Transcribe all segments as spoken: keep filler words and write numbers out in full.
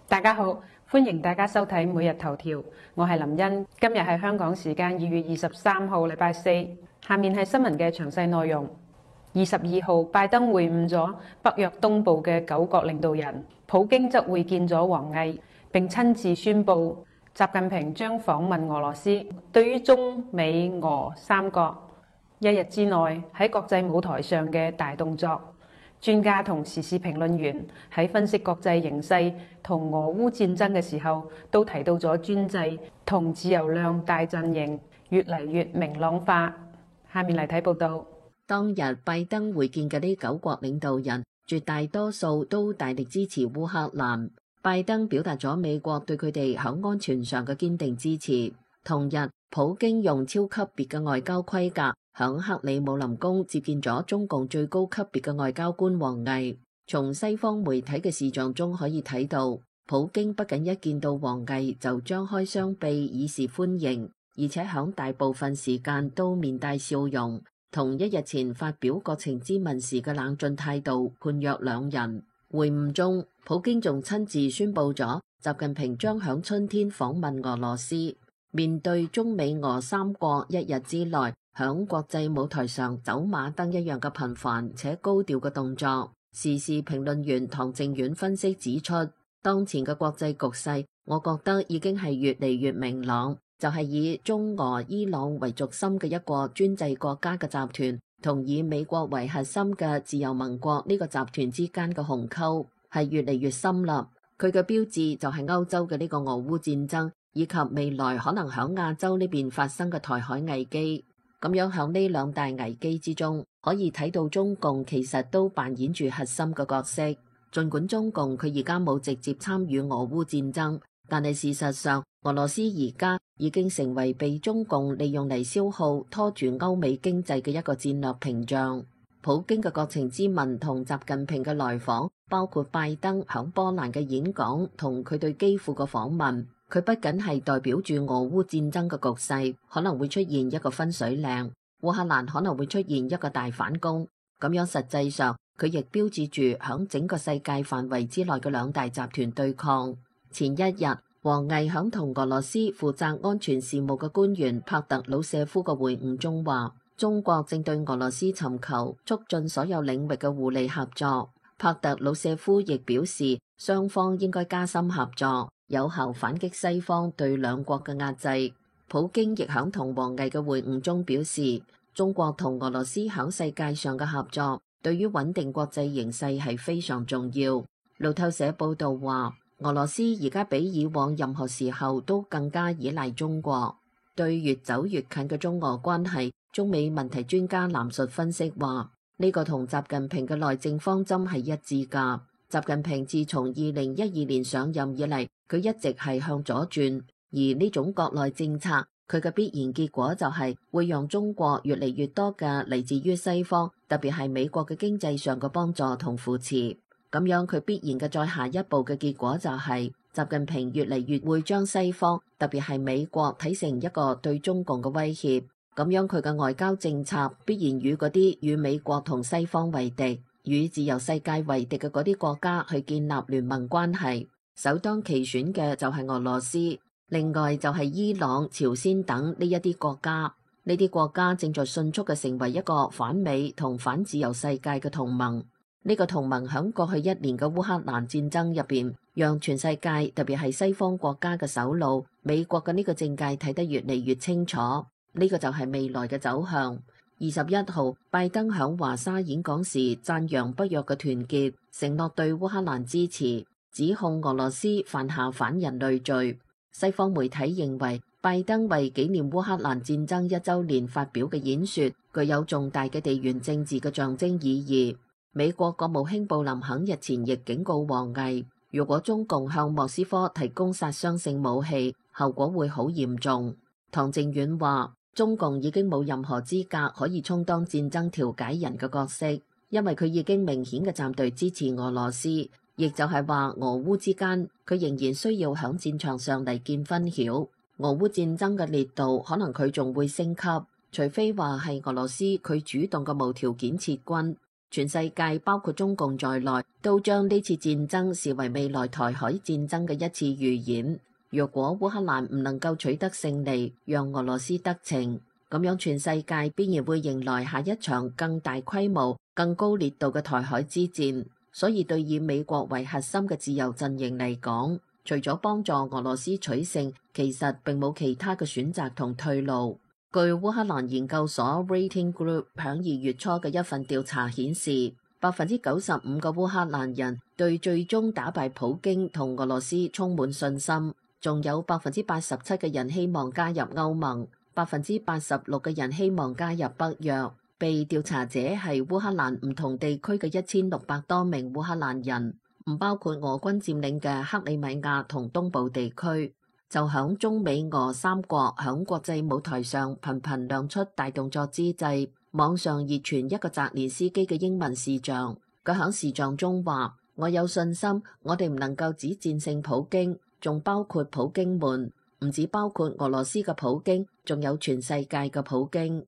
大家好，歡迎大家收睇每日頭條，我係林茵。今日係香港時間二月二十三號，禮拜四。下面係新聞嘅詳細內容。二十二號，拜登會晤咗北約東部嘅九國領導人，普京則會見咗王毅，並親自宣布習近平將訪問俄羅斯。對於中美俄三國一日之內喺國際舞台上嘅大動作，專家同時事評論員喺分析國際形勢同俄烏戰爭嘅時候，都提到咗專制同自由量大陣營越嚟越明朗化。下面嚟睇報道。 當日拜登會見嘅呢九國領導人，絕大多數都大力支持烏克蘭。拜登表達咗美國對佢哋喺安全上嘅堅定支持。同日，普京用超級別嘅外交規格，響克里姆林宮接見咗中共最高級別嘅外交官王毅。從西方媒體嘅視像中可以睇到，普京不僅一見到王毅就張開雙臂以示歡迎，而且響大部分時間都面帶笑容，同一日前發表國情咨文時嘅冷峻態度判若兩人。會晤中，普京仲親自宣布咗習近平將響春天訪問俄羅斯。面對中美俄三國一日之內響國際舞台上走馬燈一樣嘅頻繁且高調嘅動作，時事評論員唐靖遠分析指出，當前嘅國際局勢，我覺得已經係越嚟越明朗，就係以中俄伊朗為軸心嘅一個專制國家嘅集團，同以美國為核心嘅自由盟國呢個集團之間嘅鴻溝係越嚟越深啦。佢嘅標誌就係歐洲嘅呢個俄烏戰爭，以及未來可能響亞洲呢邊發生嘅台海危機。咁樣響呢兩大危機之中，可以睇到中共其實都扮演住核心嘅角色。儘管中共佢而家冇直接參與俄烏戰爭，但係事實上，俄羅斯而家已經成為被中共利用嚟消耗拖住歐美經濟嘅一個戰略屏障。普京嘅國情咨文同習近平嘅來訪，包括拜登響波蘭嘅演講同佢對基輔嘅訪問，佢不僅係代表住俄烏戰爭嘅局勢可能會出現一個分水嶺，烏克蘭可能會出現一個大反攻，咁樣實際上佢亦標誌住響整個世界範圍之內嘅兩大集團對抗。前一日，王毅響同俄羅斯負責安全事務嘅官員帕特魯舍夫嘅會晤中話，中國正對俄羅斯尋求促進所有領域嘅互利合作。帕特魯舍夫亦表示，雙方應該加深合作，有效反擊西方對兩國嘅壓制。普京亦響同王毅嘅會晤中表示，中國同俄羅斯響世界上嘅合作，對於穩定國際形勢係非常重要。路透社報道話，俄羅斯而家比以往任何時候都更加依賴中國。對越走越近嘅中俄關係，中美問題專家藍述分析話，呢個同習近平嘅內政方針係一致㗎。習近平自從二零一二年上任以嚟，佢一直係向左轉，而呢種國內政策，佢嘅必然結果就係會讓中國越嚟越多嘅嚟自於西方，特別係美國嘅經濟上嘅幫助同扶持。咁樣佢必然嘅再下一步嘅結果就係習近平越嚟越會將西方，特別係美國睇成一個對中共嘅威脅。咁樣佢嘅外交政策必然與嗰啲與美國同西方為敵，與自由世界為敵嘅嗰啲國家去建立聯盟關係。首當其選嘅就係俄羅斯，另外就係伊朗、朝鮮等呢一啲國家。呢啲國家正在迅速嘅成為一個反美同反自由世界嘅同盟。呢個同盟響過去一年嘅烏克蘭戰爭入邊，讓全世界特別係西方國家嘅首腦，美國嘅呢個政界睇得越嚟越清楚。呢個就係未來嘅走向。二十一號，拜登響華沙演講時讚揚北約嘅團結，承諾對烏克蘭支持，指控俄羅斯犯下反人類罪。西方媒體認為，拜登為紀念烏克蘭戰爭一週年發表嘅演說，具有重大嘅地緣政治嘅象徵意義。美國國務卿布林肯日前亦警告王毅，如果中共向莫斯科提供殺傷性武器，後果會好嚴重。唐靖遠話，中共已經冇任何資格可以充當戰爭調解人嘅角色，因為佢已經明顯嘅站隊支持俄羅斯，亦就係話俄烏之間佢仍然需要響戰場上嚟見分曉。俄烏戰爭嘅烈度可能佢仲會升級，除非話係俄羅斯佢主動嘅無條件撤軍。 全世界包括中共在內都將呢次戰爭視為未來台海戰爭嘅一次預演。若果烏克蘭唔能夠取得勝利，讓俄羅斯得逞，咁樣全世界必然會迎來下一場更大規模、更高烈度嘅台海之戰。所以對以美國為核心嘅自由陣營嚟講，除咗幫助俄羅斯取勝，其實並冇其他嘅選擇同退路。據烏克蘭研究所 Rating Group 響二月初嘅一份調查顯示，百分之九十五個烏克蘭人對最終打敗普京同俄羅斯充滿信心，仲有百分之八十七嘅人希望加入歐盟，百分之八十六嘅人希望加入北約。被調查者係烏克蘭唔同地區嘅一千六百多名烏克蘭人，唔包括俄軍佔領嘅克里米亞同東部地區。就響中美俄三國響國際舞台上頻頻亮出大動作之際，網上熱傳一個澤連斯基嘅英文視像。佢響視像中話：我有信心，我哋唔能夠只戰勝普京，仲包括普京們，唔止包括俄羅斯嘅普京，仲有全世界嘅普京。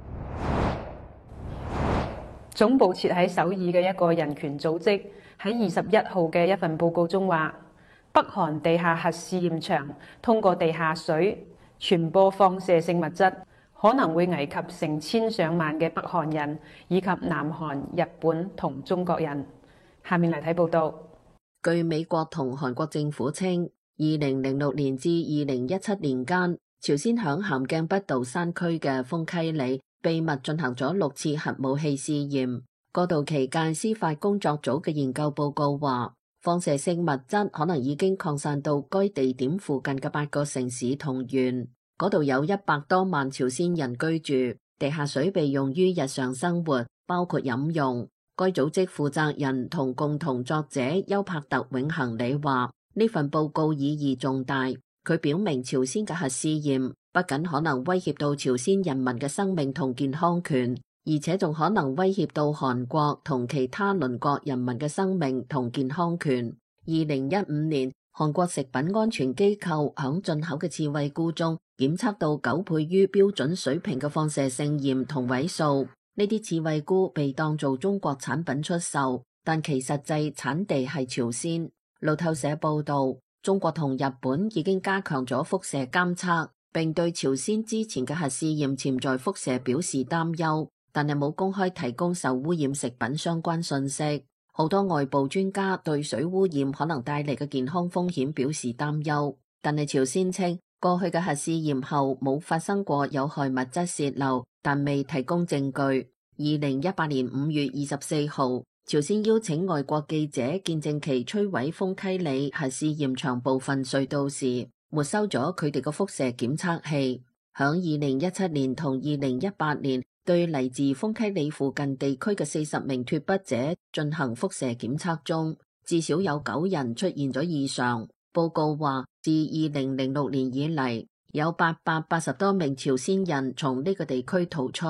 總部設喺首爾嘅一個人權組織喺二十一號嘅一份報告中話，北韓地下核試驗場通過地下水傳播放射性物質，可能會危及成千上萬嘅北韓人以及南韓、日本同中國人。下面嚟睇報道。 據美國同韓國政府稱，二零零六年至二零一七年間，朝鮮響咸鏡北道山區嘅豐溪里秘密進行咗六次核武器試驗。過渡期間，司法工作組嘅研究報告話，放射性物質可能已經擴散到該地點附近嘅八個城市同縣，嗰度有一百多萬朝鮮人居住。地下水被用於日常生活，包括飲用。該組織負責人同共同作者邱柏特永恆里話，呢份報告意義重大。佢表明朝鮮嘅核試驗不僅可能威脅到朝鮮人民嘅生命同健康權，而且仲可能威脅到韓國同其他鄰國人民嘅生命同健康權。二零一五年，韓國食品安全機構響進口嘅刺蝟菇中檢測到九倍於標準水平嘅放射性鹽同位素。呢啲刺蝟菇被當做中國產品出售，但其實際產地係朝鮮。路透社報道，中國同日本已經加強咗輻射監測，並對朝鮮之前嘅核試驗潛在輻射表示擔憂，但係冇公開提供受污染食品相關信息。好多外部專家對水污染可能帶嚟嘅健康風險表示擔憂，但係朝鮮稱過去嘅核試驗後冇發生過有害物質洩漏，但未提供證據。二零一八年五月二十四號，朝鮮邀請外國記者見證其摧毀豐溪里核試驗場部分隧道時，沒收咗佢哋嘅輻射檢測器。響二零一七年同二零一八年，對嚟自豐溪里附近地區嘅四十名脫北者進行輻射檢測中，至少有九人出現咗異常。報告話，自二零零六年以嚟，有八百八十多名朝鮮人從呢個地區逃出。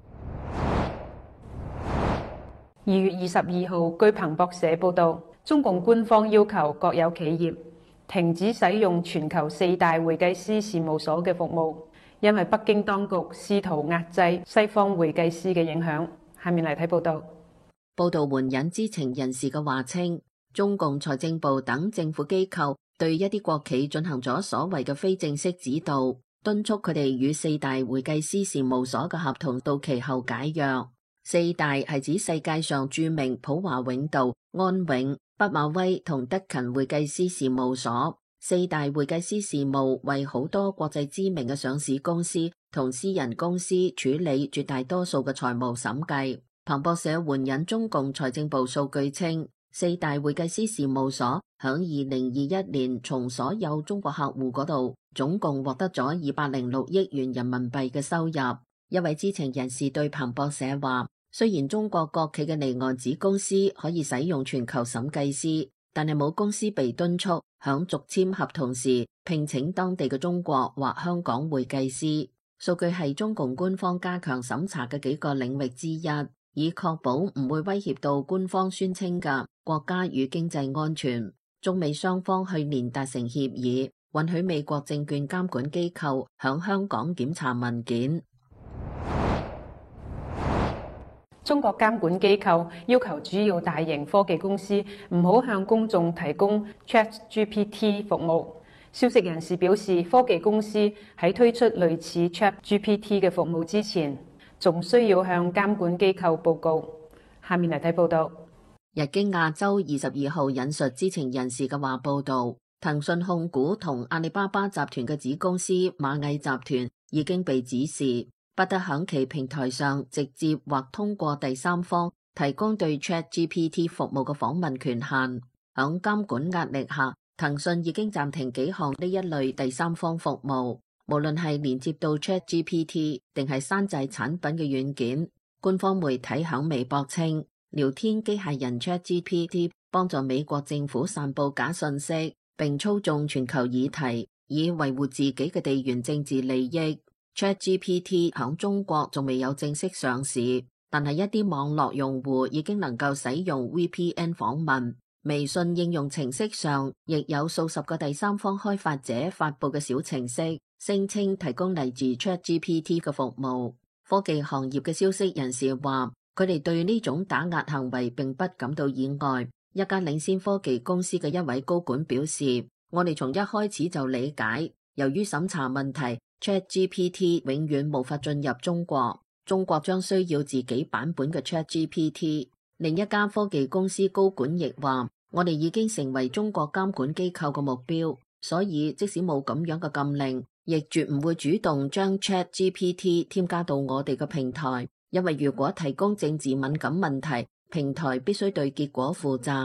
二月二十二號，據彭博社報道，中共官方要求國有企業停止使用全球四大會計師事務所嘅服務，因為北京當局試圖壓制西方會計師嘅影響。下面嚟睇報道。 報道援引知情人士嘅話稱，中共財政部等政府機構對一啲國企進行咗所謂嘅非正式指導，敦促佢哋與四大會計師事務所嘅合同到期後解約。四大係指世界上著名普華永道、安永、畢馬威同德勤會計師事務所。四大會計師事務為好多國際知名嘅上市公司同私人公司處理絕大多數嘅財務審計。彭博社援引中共財政部數據稱，四大會計師事務所響二零二一年從所有中國客戶嗰度總共獲得咗二百零六億元人民幣嘅收入。一位知情人士對彭博社話，雖然中國國企嘅離岸子公司可以使用全球審計師，但係冇公司被敦促響續簽合同時聘請當地嘅中國或香港會計師。數據係中共官方加強審查嘅幾個領域之一，以確保唔會威脅到官方宣稱嘅國家與經濟安全。中美雙方去年達成協議，允許美國證券監管機構響香港檢查文件。 中國監管機構要求主要大型科技公司唔好向公眾提供 ChatGPT 服務。消息人士表示，科技公司喺推出類似 ChatGPT 嘅服務之前，仲需要向監管機構報告。下面嚟睇報道。 日經亞洲二十二號引述知情人士嘅話報道，騰訊控股同阿里巴巴集團嘅子公司螞蟻集團已經被指示不得響其平台上直接或通過第三方提供對 ChatGPT 服務嘅訪問權限。響監管壓力下，騰訊已經暫停幾項呢一類第三方服務，無論係連接到 ChatGPT 定係山寨產品嘅軟件。官方媒體響微博稱，聊天機械人 ChatGPT 幫助美國政府散布假信息，並操縱全球議題，以維護自己嘅地緣政治利益。ChatGPT 響中國仲未有正式上市，但係一啲網絡用戶已經能夠使用 V P N 訪問。微信應用程式上亦有數十個第三方開發者發佈嘅小程式，聲稱提供嚟自 ChatGPT 嘅服務。科技行業嘅消息人士話，佢哋對呢種打壓行為並不感到意外。一家領先科技公司嘅一位高管表示，我哋從一開始就理解，由於審查問題， ChatGPT 永遠無法進入中國，中國將需要自己版本嘅 ChatGPT。另一家科技公司高管亦話，我哋已經成為中國監管機構嘅目標，所以即使冇咁樣嘅禁令，亦絕唔會主動將 ChatGPT 添加到我哋嘅平台，因為如果提供政治敏感問題，平台必須對結果負責。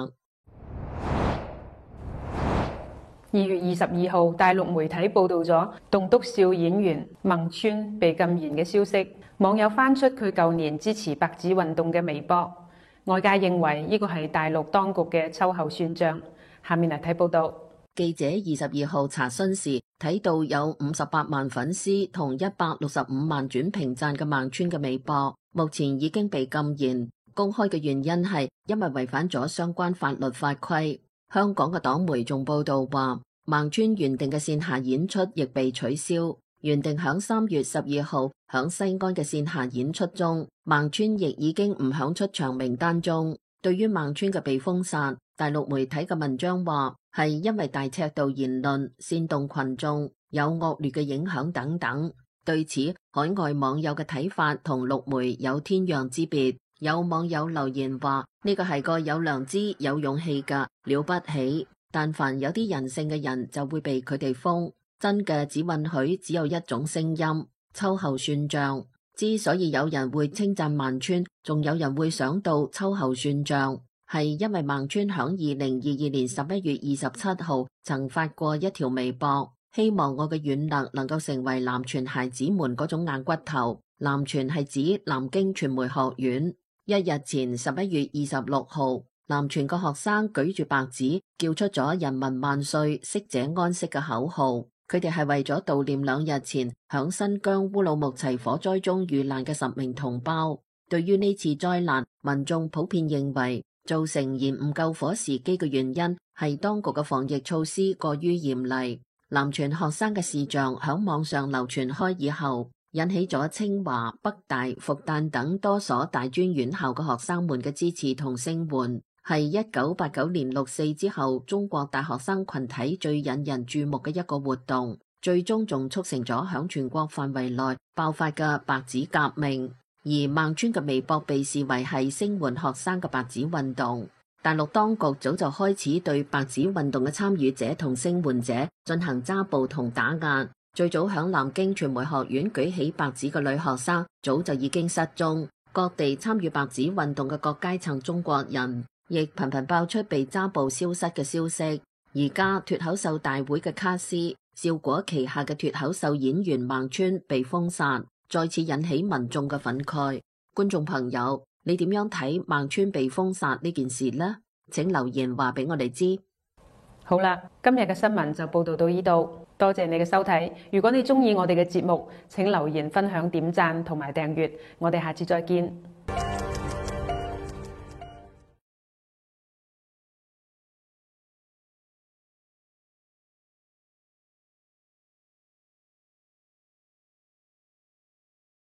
二月二十二號，大陸媒體報道咗棟篤笑演員孟川被禁言嘅消息，網友翻出佢舊年支持白紙運動嘅微博。外界認為呢個係大陸當局嘅秋後算賬。下面嚟睇報道。 記者二十二號查詢時睇到有五十八萬粉絲同一百六十五萬轉評讚嘅孟川嘅微博，目前已經被禁言。公開嘅原因係因為違反咗相關法律法規。香港嘅黨媒仲報道話，孟川原定嘅線下演出亦被取消。原定響三月十二號響西安嘅線下演出中，孟川亦已經唔響出場名單中。對於孟川嘅被封殺，大陸媒體嘅文章話係因為大尺度言論煽動群眾，有惡劣嘅影響等等。對此，海外網友嘅睇法同陸媒有天壤之別。有網友留言話呢個係個有良知有勇氣嘅，了不起，但凡有啲人性嘅人就會被佢哋封。真嘅只允許只有一種聲音，秋後算賬。之所以有人會稱讚孟川，仲有人會想到秋後算賬，係因為孟川響二零二二年十一月二十七號曾發過一條微博，希望我嘅軟肋能夠成為南傳孩子們嗰種硬骨頭。南傳係指南京傳媒學院。一日前十一月二十六號，南傳個學生舉住白紙，叫出咗人民萬歲，適者安息嘅口號。佢哋係為咗悼念兩日前響新疆烏魯木齊火災中遇難嘅十名同胞。對於呢次災難，民眾普遍認為造成延誤救火時機嘅原因係當局嘅防疫措施過於嚴厲。南傳學生嘅視像響網上流傳開以後，引起咗清華、北大、復旦等多所大專院校嘅學生們嘅支持同聲援，係一九八九年六四之後中國大學生群體最引人注目嘅一個活動，最終仲促成咗響全國範圍內爆發嘅白紙革命。而孟川嘅微博被視為係聲援學生嘅白紙運動。大陸當局早就開始對白紙運動嘅參與者同聲援者進行抓捕同打壓。最早響南京傳媒學院舉起白紙嘅女學生早就已經失蹤，各地參與白紙運動嘅各階層中國人亦頻頻爆出被抓捕消失嘅消息。而家脫口秀大會嘅卡司，笑果旗下嘅脫口秀演員孟川被封殺，再次引起民眾嘅憤慨。觀眾朋友，你點樣睇孟川被封殺呢件事呢？請留言話俾我哋知。 好啦，今日嘅新聞就報道到呢度，多謝你嘅收睇。如果你中意我哋嘅節目，請留言、分享、點讚同埋訂閱。我哋下次再見。